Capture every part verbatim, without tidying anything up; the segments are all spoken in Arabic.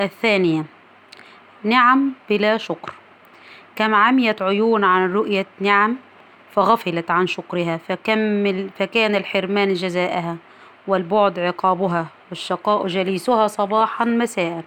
الثانية: نعم بلا شكر. كم عميت عيون عن رؤية نعم فغفلت عن شكرها، فكمل فكان الحرمان جزاءها، والبعد عقابها، والشقاء جليسها صباحا مساء.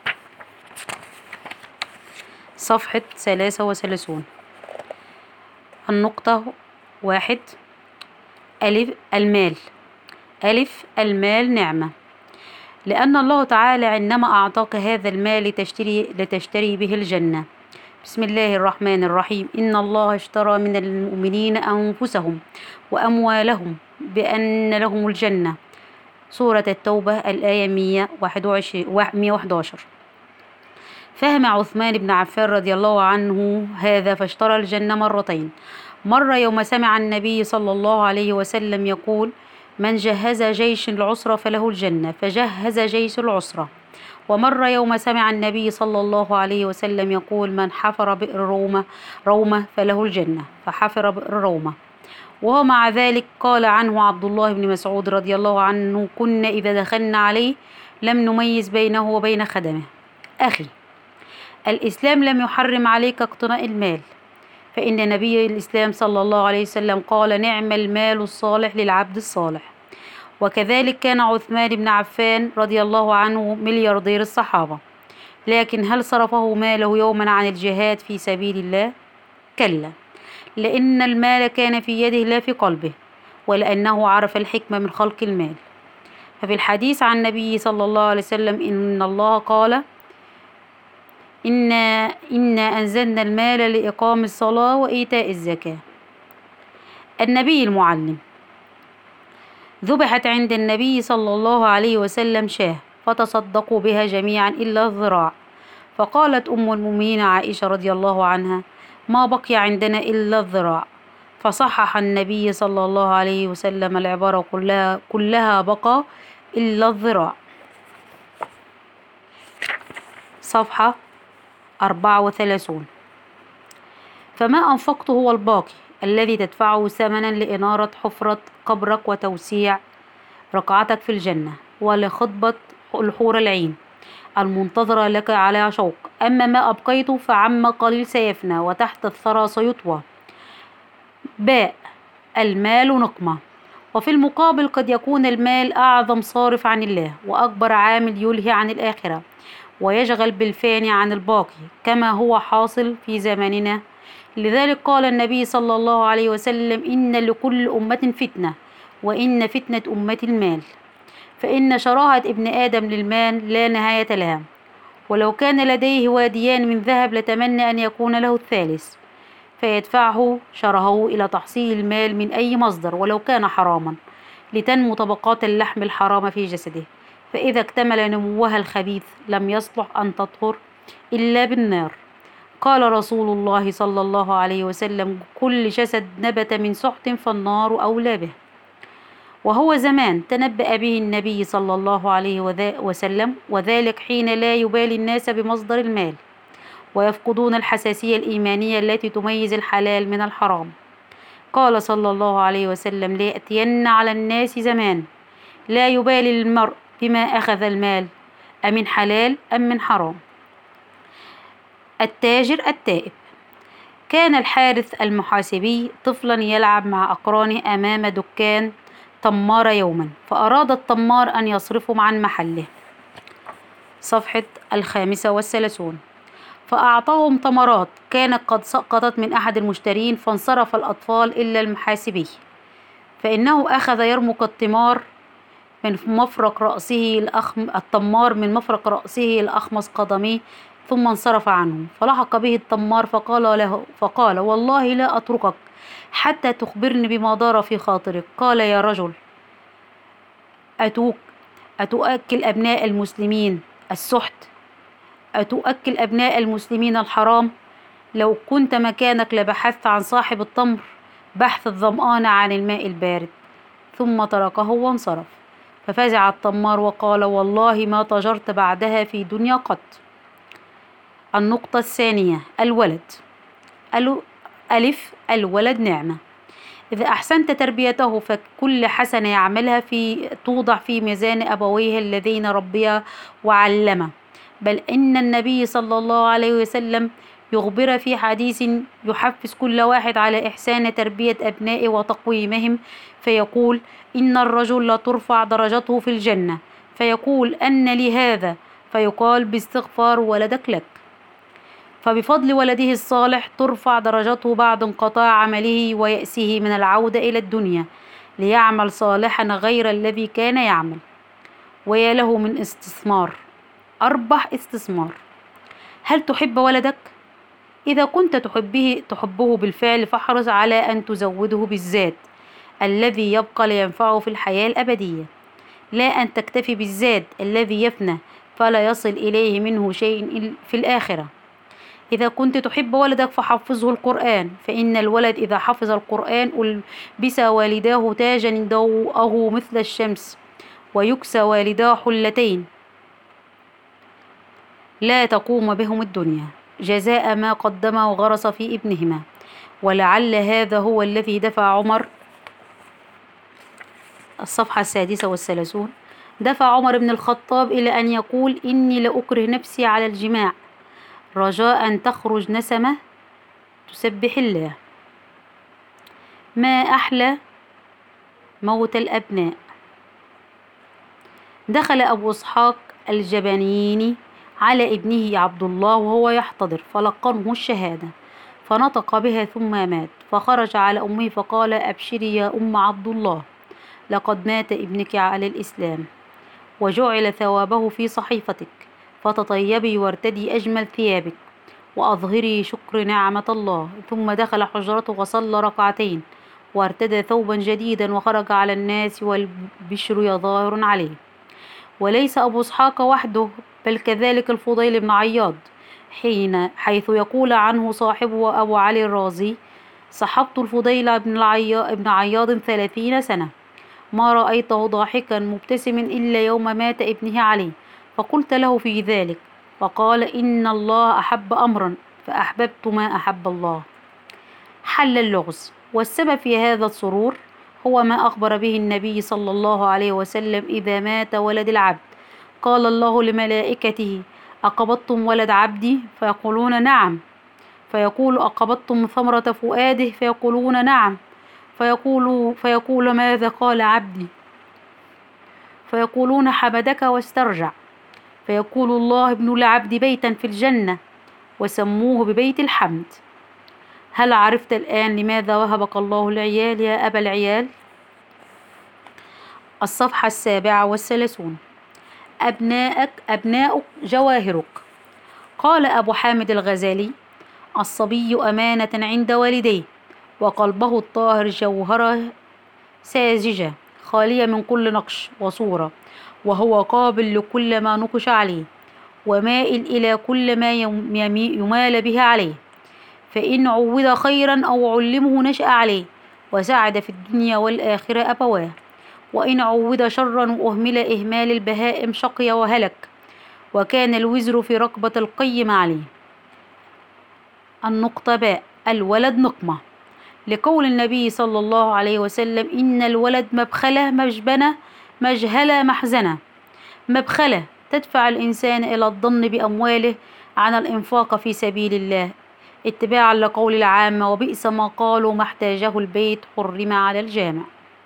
صفحة ثلاثة وثلاثون. النقطة واحد: ألف المال. ألف المال نعمة، لأن الله تعالى عندما أعطاك هذا المال لتشتري, لتشتري به الجنة. بسم الله الرحمن الرحيم: إن الله اشترى من المؤمنين أنفسهم وأموالهم بأن لهم الجنة. سورة التوبة الآية مئة وواحد عشر. فهم عثمان بن عفان رضي الله عنه هذا فاشترى الجنة مرتين: مرة يوم سمع النبي صلى الله عليه وسلم يقول: من جهز جيش العسرة فله الجنة، فجهز جيش العسرة. ومرة يوم سمع النبي صلى الله عليه وسلم يقول: من حفر بئر رومة رومة فله الجنة، فحفر بئر رومة. وهو مع ذلك قال عنه عبد الله بن مسعود رضي الله عنه: كنا إذا دخلنا عليه لم نميز بينه وبين خدمه. أخي، الإسلام لم يحرم عليك اقتناء المال، فإن نبي الإسلام صلى الله عليه وسلم قال: نعم المال الصالح للعبد الصالح. وكذلك كان عثمان بن عفان رضي الله عنه ملياردير الصحابة، لكن هل صرفه ماله يوما عن الجهاد في سبيل الله؟ كلا، لأن المال كان في يده لا في قلبه، ولأنه عرف الحكمة من خلق المال. ففي الحديث عن النبي صلى الله عليه وسلم إن الله قال: إنا, إنا أنزلنا المال لإقام الصلاة وإيتاء الزكاة. النبي المعلم: ذبحت عند النبي صلى الله عليه وسلم شاة، فتصدقوا بها جميعا إلا الذراع. فقالت أم المؤمنين عائشة رضي الله عنها: ما بقي عندنا إلا الذراع. فصحح النبي صلى الله عليه وسلم العبارة كلها, كلها بقى إلا الذراع. صفحة أربعة وثلاثون. فما أنفقته هو الباقي الذي تدفعه ثمنا لإنارة حفرة قبرك وتوسيع رقعتك في الجنة، ولخطبة الحور العين المنتظرة لك على شوق. أما ما أبقيته فعما قليل سيفنى، وتحت الثرى سيطوى. باء المال نقمة. وفي المقابل قد يكون المال أعظم صارف عن الله، وأكبر عامل يلهي عن الآخرة، ويشغل بالفاني عن الباقي، كما هو حاصل في زماننا. لذلك قال النبي صلى الله عليه وسلم: إن لكل أمة فتنة، وإن فتنة أمة المال. فإن شراهة ابن آدم للمال لا نهاية لها، ولو كان لديه واديان من ذهب لتمنى أن يكون له الثالث، فيدفعه شرهه إلى تحصيل المال من أي مصدر ولو كان حراما، لتنمو طبقات اللحم الحرام في جسده، فإذا اكتمل نموها الخبيث لم يصلح أن تطهر إلا بالنار. قال رسول الله صلى الله عليه وسلم: كل جسد نبت من سحت فالنار أولى به. وهو زمان تنبأ به النبي صلى الله عليه وسلم، وذلك حين لا يبالي الناس بمصدر المال، ويفقدون الحساسية الإيمانية التي تميز الحلال من الحرام. قال صلى الله عليه وسلم: ليأتين على الناس زمان لا يبالي المرء بما أخذ المال، أمن حلال أم من حرام. التاجر التائب. كان الحارث المحاسبي طفلا يلعب مع أقرانه أمام دكان تمار يوما، فأراد التمار أن يصرفهم عن محله. صفحة الخامسة والثلاثون. فأعطاهم تمرات كانت قد سقطت من أحد المشترين، فانصرف الأطفال إلا المحاسبي، فإنه أخذ يرمق التمار من مفرق رأسه الأخم التمار من مفرق رأسه الأخمص قدميه، ثم انصرف عنه. فلحق به التمار فقال له فقال: والله لا أتركك حتى تخبرني بما دار في خاطرك. قال: يا رجل، أتوك أتؤكل أبناء المسلمين السحت؟ أتؤكل أبناء المسلمين الحرام؟ لو كنت مكانك لبحثت عن صاحب التمر بحث الظمآن عن الماء البارد. ثم تركه وانصرف. ففزع التمار وقال: والله ما تجرت بعدها في دنيا قط. النقطة الثانية: الولد. ألف الولد نعمة، إذا أحسنت تربيته فكل حسنة يعملها في توضع في ميزان أبويه اللذين ربيا وعلما، بل إن النبي صلى الله عليه وسلم يخبر في حديث يحفز كل واحد على إحسان تربية أبنائه وتقويمهم، فيقول: إن الرجل لا ترفع درجته في الجنة فيقول: أن لي هذا؟ فيقال: باستغفار ولدك لك. فبفضل ولده الصالح ترفع درجته بعد انقطاع عمله ويأسه من العودة إلى الدنيا ليعمل صالحا غير الذي كان يعمل. ويا له من استثمار، أربح استثمار. هل تحب ولدك؟ إذا كنت تحبه تحبه بالفعل فاحرص على أن تزوده بالزاد الذي يبقى لينفعه في الحياة الأبدية، لا أن تكتفي بالزاد الذي يفنى فلا يصل إليه منه شيء في الآخرة. إذا كنت تحب ولدك فحفظه القرآن، فإن الولد إذا حفظ القرآن ألبس والداه تاجا ضوءه مثل الشمس، ويكسى والداه حلتين لا تقوم بهم الدنيا جزاء ما قدم وغرس في ابنهما. ولعل هذا هو الذي دفع عمر، الصفحة السادسة والثلاثون، دفع عمر بن الخطاب إلى أن يقول: إني لأكره نفسي على الجماع رجاء أن تخرج نسمة تسبح الله. ما أحلى موت الأبناء. دخل أبو إسحاق الجبنيني على ابنه عبد الله وهو يحتضر فلقنه الشهادة فنطق بها ثم مات، فخرج على أمه فقال: أبشري يا أم عبد الله، لقد مات ابنك على الإسلام وجعل ثوابه في صحيفتك، فتطيبي وارتدي أجمل ثيابك وأظهري شكر نعمة الله. ثم دخل حجرته وصلى ركعتين وارتدى ثوبا جديدا وخرج على الناس والبشر ظاهر عليه. وليس أبو إسحاق وحده، بل كذلك الفضيل بن عياض، حين حيث يقول عنه صاحبه أبو علي الرازي: صحبت الفضيل بن بن عياض ثلاثين سنة ما رأيته ضاحكا مبتسما إلا يوم مات ابنه علي، فقلت له في ذلك فقال: إن الله أحب أمرا فأحببت ما أحب الله. حل اللغز. والسبب في هذا السرور هو ما أخبر به النبي صلى الله عليه وسلم: إذا مات ولد العبد قال الله لملائكته: أقبضتم ولد عبدي؟ فيقولون نعم. فيقول: أقبضتم ثمرة فؤاده؟ فيقولون نعم. فيقول, فيقول ماذا قال عبدي؟ فيقولون: حمدك واسترجع. فيقول الله: ابن لعبد بيتا في الجنة وسموه ببيت الحمد. هل عرفت الآن لماذا وهبك الله العيال يا أبا العيال؟ الصفحة السابعة والثلاثون. أبناءك أبناؤك جواهرك. قال أبو حامد الغزالي: الصبي أمانة عند والديه، وقلبه الطاهر جوهرة ساذجة خالية من كل نقش وصورة، وهو قابل لكل ما نقش عليه ومائل إلى كل ما يمال به عليه، فإن عوّد خيرا أو علمه نشأ عليه وسعد في الدنيا والآخرة أبواه، وإن عوّد شرا وأهمل إهمال البهائم شقي وهلك وكان الوزر في رقبة القيم عليه. النقطة باء. الولد نقمة، لقول النبي صلى الله عليه وسلم: إن الولد مبخلة مجبنة مجهلة محزنة. مبخلة تدفع الإنسان إلى الظن بأمواله عن الإنفاق في سبيل الله اتباعا لقول العامة: وبئس ما قالوا ما احتاجه البيت حرم على الجامع.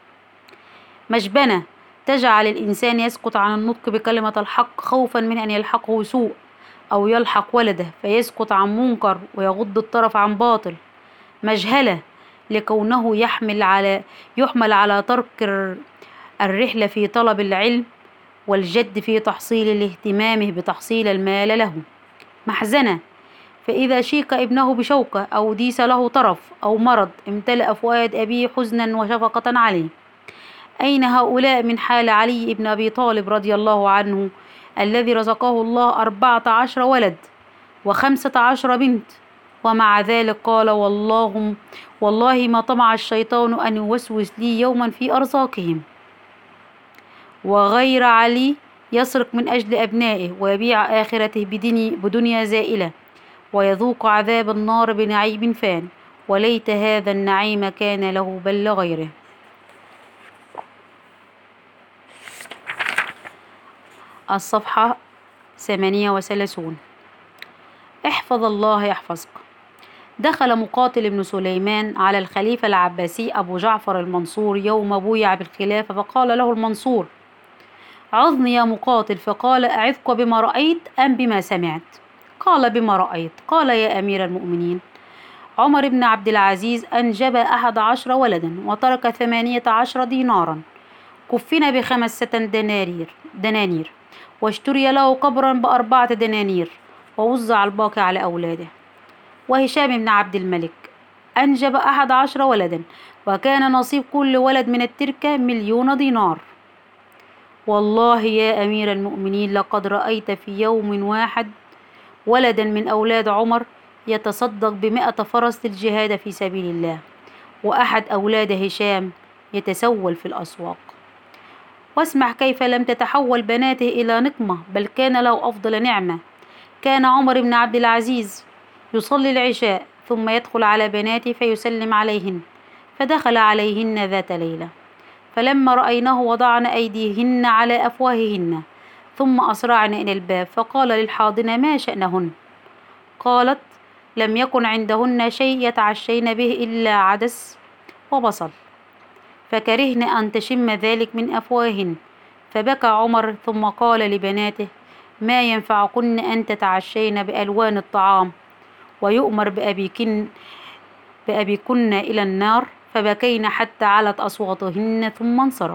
مجبنة تجعل الإنسان يسكت عن النطق بكلمة الحق خوفا من أن يلحقه سوء أو يلحق ولده فيسكت عن منكر ويغض الطرف عن باطل. مجهلة لكونه يحمل على يحمل على ترك الرحلة في طلب العلم والجد في تحصيل الاهتمام بتحصيل المال له. محزنة فإذا شيك ابنه بشوكة أو ديس له طرف أو مرض امتلأ فؤاد أبيه حزنا وشفقة عليه. أين هؤلاء من حال علي بن أبي طالب رضي الله عنه الذي رزقه الله أربعة عشر ولد وخمسة عشر بنت، ومع ذلك قال: والله والله ما طمع الشيطان أن يوسوس لي يوما في أرزاقهم. وغير علي يسرق من أجل أبنائه ويبيع آخرته بدنيا زائلة ويذوق عذاب النار بنعيم فان، وليت هذا النعيم كان له بل لغيره. الصفحة ثمانية وثلاثون. احفظ الله يحفظك. دخل مقاتل بن سليمان على الخليفة العباسي أبو جعفر المنصور يوم بويع بالخلافة، فقال له المنصور: عظني يا مقاتل. فقال: أعظك بما رأيت أم بما سمعت؟ قال: بما رأيت. قال: يا أمير المؤمنين، عمر بن عبد العزيز أنجب أحد عشر ولدا وترك ثمانية عشر دينارا كفن بخمسة دنانير دنانير واشتري له قبرا بأربعة دنانير ووزع الباقي على أولاده. وهشام بن عبد الملك أنجب أحد عشر ولدا وكان نصيب كل ولد من التركة مليون دينار. والله يا أمير المؤمنين لقد رأيت في يوم واحد ولدا من أولاد عمر يتصدق بمئة فرس للجهاد في سبيل الله، وأحد أولاد هشام يتسول في الأسواق. واسمع كيف لم تتحول بناته إلى نقمة، بل كان له أفضل نعمة. كان عمر بن عبد العزيز يصلي العشاء ثم يدخل على بناته فيسلم عليهن، فدخل عليهن ذات ليلة، فلما رأيناه وضعن أيديهن على أفواههن ثم أسرعن إلى الباب، فقال للحاضنة: ما شأنهن؟ قالت: لم يكن عندهن شيء يتعشين به إلا عدس وبصل، فكرهن أن تشم ذلك من أفواههن. فبكى عمر ثم قال لبناته: ما ينفعكن أن تتعشين بألوان الطعام ويؤمر بأبيكن بأبيكن إلى النار؟ فبكين حتى علت أصواتهن ثم انصرف.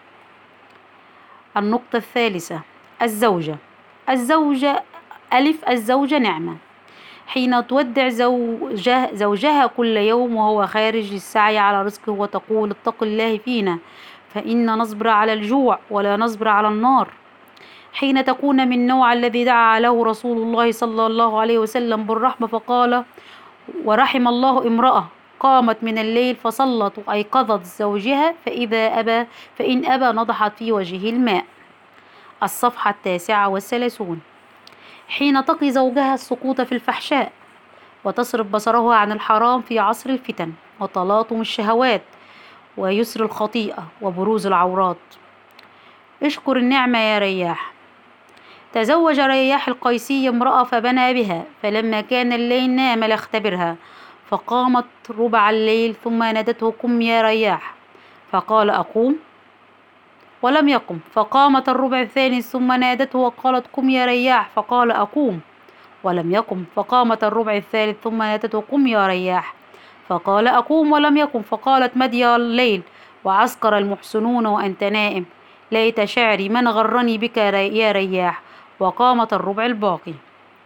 النقطة الثالثة: الزوجة. الزوجة ألف الزوجة نعمة. حين تودع زوجه زوجها كل يوم وهو خارج للسعي على رزقه وتقول: اتق الله فينا فإن نصبر على الجوع ولا نصبر على النار. حين تكون من النوع الذي دعا له رسول الله صلى الله عليه وسلم بالرحمة فقال: ورحم الله امرأة قامت من الليل فصلت وأيقظت زوجها فإذا أبى فإن أبى نضحت في وجهه الماء. الصفحة التاسعة والثلاثون. حين تقي زوجها السقوط في الفحشاء وتصرف بصره عن الحرام في عصر الفتن وتلاطم الشهوات ويسر الخطيئة وبروز العورات. اشكر النعمة يا رياح. تزوج رياح القيسي امرأة فبنى بها، فلما كان الليل نام لاختبرها، فقامت ربع الليل ثم نادته: قم يا رياح، فقال: أقوم، ولم يقم. فقامت الربع الثاني ثم نادته وقالت: قم يا رياح، فقال: أقوم، ولم يقم. فقامت الربع الثالث ثم نادته: قم يا رياح، فقال: أقوم، ولم يقم. فقالت: مدي الليل وعسكر المحسنون وأنت نائم، ليت شعري من غرني بك يا رياح. وقامت الربع الباقي.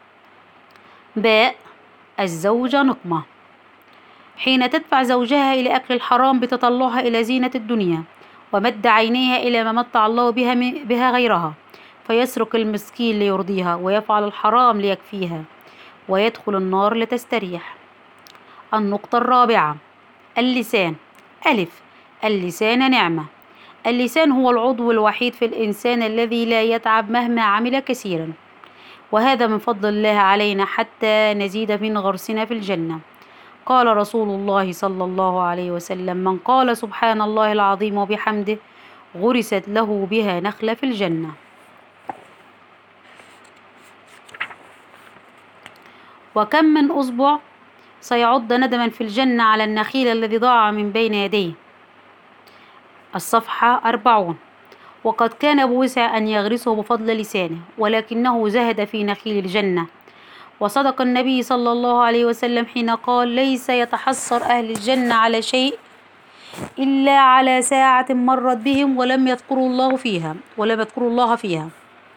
باء الزوجة نقمة. حين تدفع زوجها إلى أكل الحرام بتطلعها إلى زينة الدنيا ومد عينيها إلى ما متع الله بها, بها غيرها، فيسرق المسكين ليرضيها ويفعل الحرام ليكفيها ويدخل النار لتستريح. النقطة الرابعة: اللسان. ألف اللسان نعمة. اللسان هو العضو الوحيد في الإنسان الذي لا يتعب مهما عمل كثيرا، وهذا من فضل الله علينا حتى نزيد من غرسنا في الجنة. قال رسول الله صلى الله عليه وسلم: من قال سبحان الله العظيم وبحمده غرست له بها نخلة في الجنة. وكم من أصبع سيعض ندما في الجنة على النخيل الذي ضاع من بين يديه. الصفحة أربعون. وقد كان بوسع أن يغرسه بفضل لسانه، ولكنه زهد في نخيل الجنة. وصدق النبي صلى الله عليه وسلم حين قال: ليس يتحسر أهل الجنة على شيء إلا على ساعة مرت بهم ولم يذكروا الله فيها ولم يذكروا الله فيها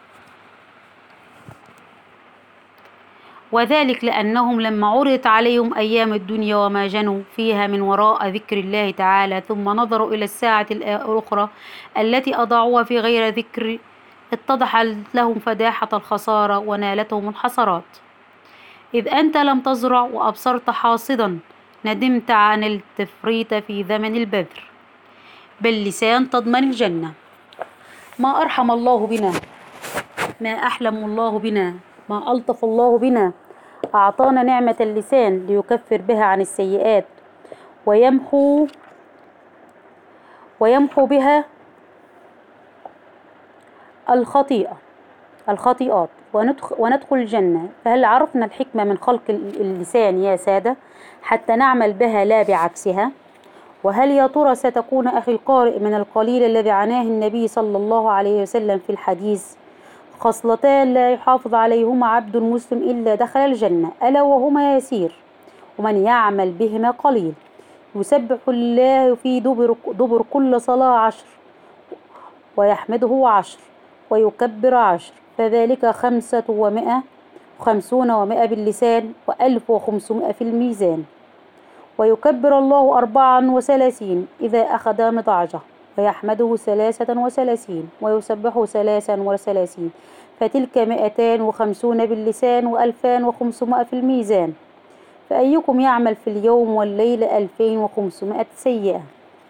وذلك لأنهم لما عرضت عليهم أيام الدنيا وما جنوا فيها من وراء ذكر الله تعالى ثم نظروا إلى الساعة الأخرى التي أضاعوها في غير ذكر، اتضحت لهم فداحة الخسارة ونالتهم الحسرات. إذ أنت لم تزرع وأبصرت حاصدا ندمت عن التفريط في ثمن البذر. باللسان تضمن الجنة. ما أرحم الله بنا، ما أحلم الله بنا، ما ألطف الله بنا. أعطانا نعمة اللسان ليكفر بها عن السيئات ويمحو ويمحو بها الخطيئة الخطيئات. وندخل, وندخل الجنة. فهل عرفنا الحكمة من خلق اللسان يا سادة حتى نعمل بها لا بعكسها؟ وهل يا ترى ستكون أخي القارئ من القليل الذي عناه النبي صلى الله عليه وسلم في الحديث: خصلتان لا يحافظ عليهما عبد مسلم إلا دخل الجنة، ألا وهما يسير ومن يعمل بهما قليل، يسبح الله في دبر, دبر كل صلاة عشر، ويحمده عشر، ويكبر عشر، فذلك خمسة ومائة خمسون ومائة باللسان، وألف وخمسمائة في الميزان. ويكبر الله أربعا وثلاثين إذا أخذ مضاجعه، ويحمده ثلاثة وثلاثين، ويسبحه ثلاثا وثلاثين، فتلك مائتان وخمسون باللسان، وألفان وخمسمائة في الميزان. فأيكم يعمل في اليوم والليلة ألفين وخمسمائة سيئة.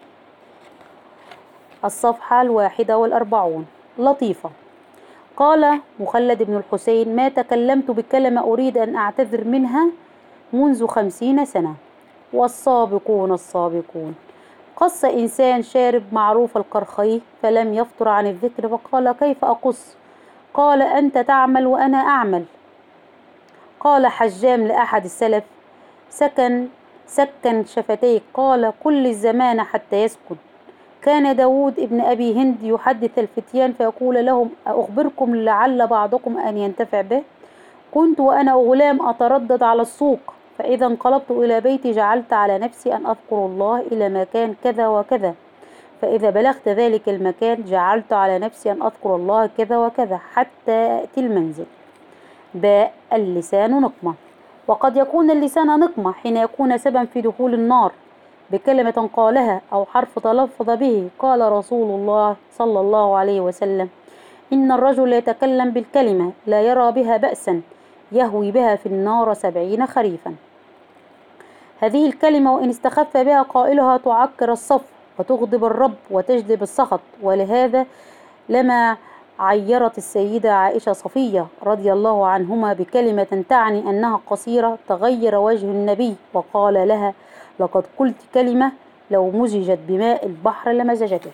الصفحة الواحدة والأربعون. لطيفة. قال مخلد بن الحسين: ما تكلمت بكلمة أريد أن أعتذر منها منذ خمسين سنة. والسابقون السابقون. قص إنسان شارب معروف القرخي فلم يفطر عن الذكر، فقال: كيف أقص؟ قال: أنت تعمل وأنا أعمل. قال حجام لأحد السلف: سكن سكن شفتيك. قال: كل الزمان حتى يسكن. كان داود ابن أبي هند يحدث الفتيان فيقول لهم: أخبركم لعل بعضكم أن ينتفع به. كنت وأنا غلام أتردد على السوق، فإذا انقلبت إلى بيتي جعلت على نفسي أن أذكر الله إلى مكان كذا وكذا، فإذا بلغت ذلك المكان جعلت على نفسي أن أذكر الله كذا وكذا حتى أتي المنزل. باء اللسان نقمة. وقد يكون اللسان نقمة حين يكون سببا في دخول النار بكلمة قالها أو حرف تلفظ به. قال رسول الله صلى الله عليه وسلم: إن الرجل يتكلم بالكلمة لا يرى بها بأسا يهوي بها في النار سبعين خريفا. هذه الكلمة وإن استخف بها قائلها تعكر الصف وتغضب الرب وتجلب السخط، ولهذا لما عيرت السيدة عائشة صفية رضي الله عنهما بكلمة تعني أنها قصيرة تغير وجه النبي وقال لها: لقد قلت كلمة لو مزجت بماء البحر لمزجته.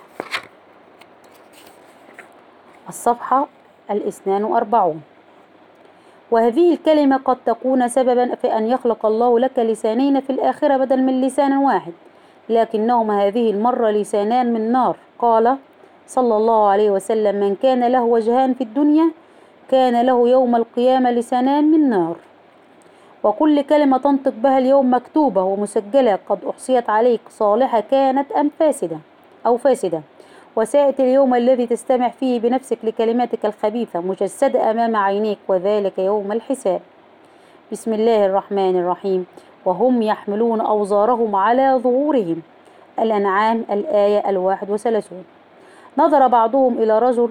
الصفحة الاثنان وأربعون. وهذه الكلمة قد تكون سببا في أن يخلق الله لك لسانين في الآخرة بدل من لسان واحد، لكنهما هذه المرة لسانان من نار. قال صلى الله عليه وسلم: من كان له وجهان في الدنيا كان له يوم القيامة لسانان من نار. وكل كلمة تنطق بها اليوم مكتوبة ومسجلة قد أحصيت عليك، صالحة كانت أم فاسدة أو فاسدة. وسيأتي اليوم الذي تستمع فيه بنفسك لكلماتك الخبيثة مجسدة أمام عينيك، وذلك يوم الحساب. بسم الله الرحمن الرحيم. وهم يحملون أوزارهم على ظهورهم. الأنعام الآية الواحد وثلاثون. نظر بعضهم إلى رجل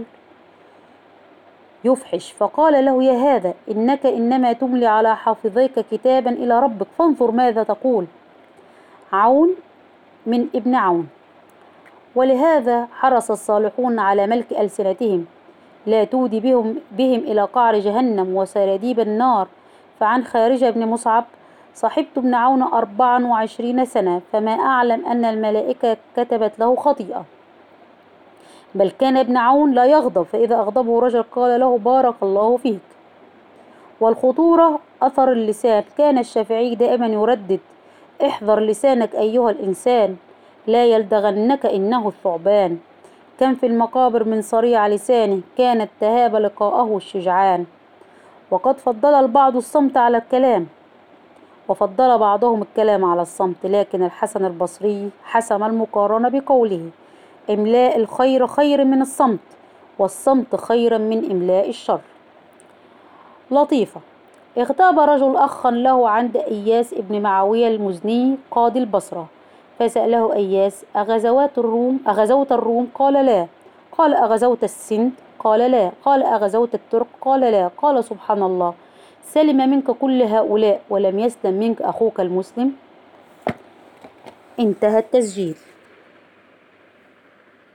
يفحش فقال له: يا هذا، إنك إنما تملي على حافظيك كتابا إلى ربك فانظر ماذا تقول. عون من ابن عون. ولهذا حرص الصالحون على ملك ألسنتهم لا تودي بهم, بهم إلى قعر جهنم وسراديب النار. فعن خارجة بن مصعب: صحبت ابن عون أربعا وعشرين سنة فما أعلم أن الملائكة كتبت له خطيئة، بل كان ابن عون لا يغضب، فإذا أغضبه رجل قال له: بارك الله فيك. والخطورة أثر اللسان. كان الشافعي دائما يردد: احذر لسانك أيها الإنسان لا يلدغنك إنه الثعبان. كم في المقابر من صريع لسانه كانت تهاب لقاءه الشجعان. وقد فضل البعض الصمت على الكلام وفضل بعضهم الكلام على الصمت، لكن الحسن البصري حسم المقارنة بقوله: إملاء الخير خير من الصمت، والصمت خير من إملاء الشر. لطيفة. اغتاب رجل أخا له عند إياس ابن معاوية المزني قاضي البصرة، فسأله إياس: أغزوات الروم أغزوت الروم؟ قال: لا. قال: أغزوت السند؟ قال: لا. قال: أغزوت الترك؟ قال: لا. قال: سبحان الله، سلم منك كل هؤلاء ولم يسلم منك أخوك المسلم. انتهى التسجيل.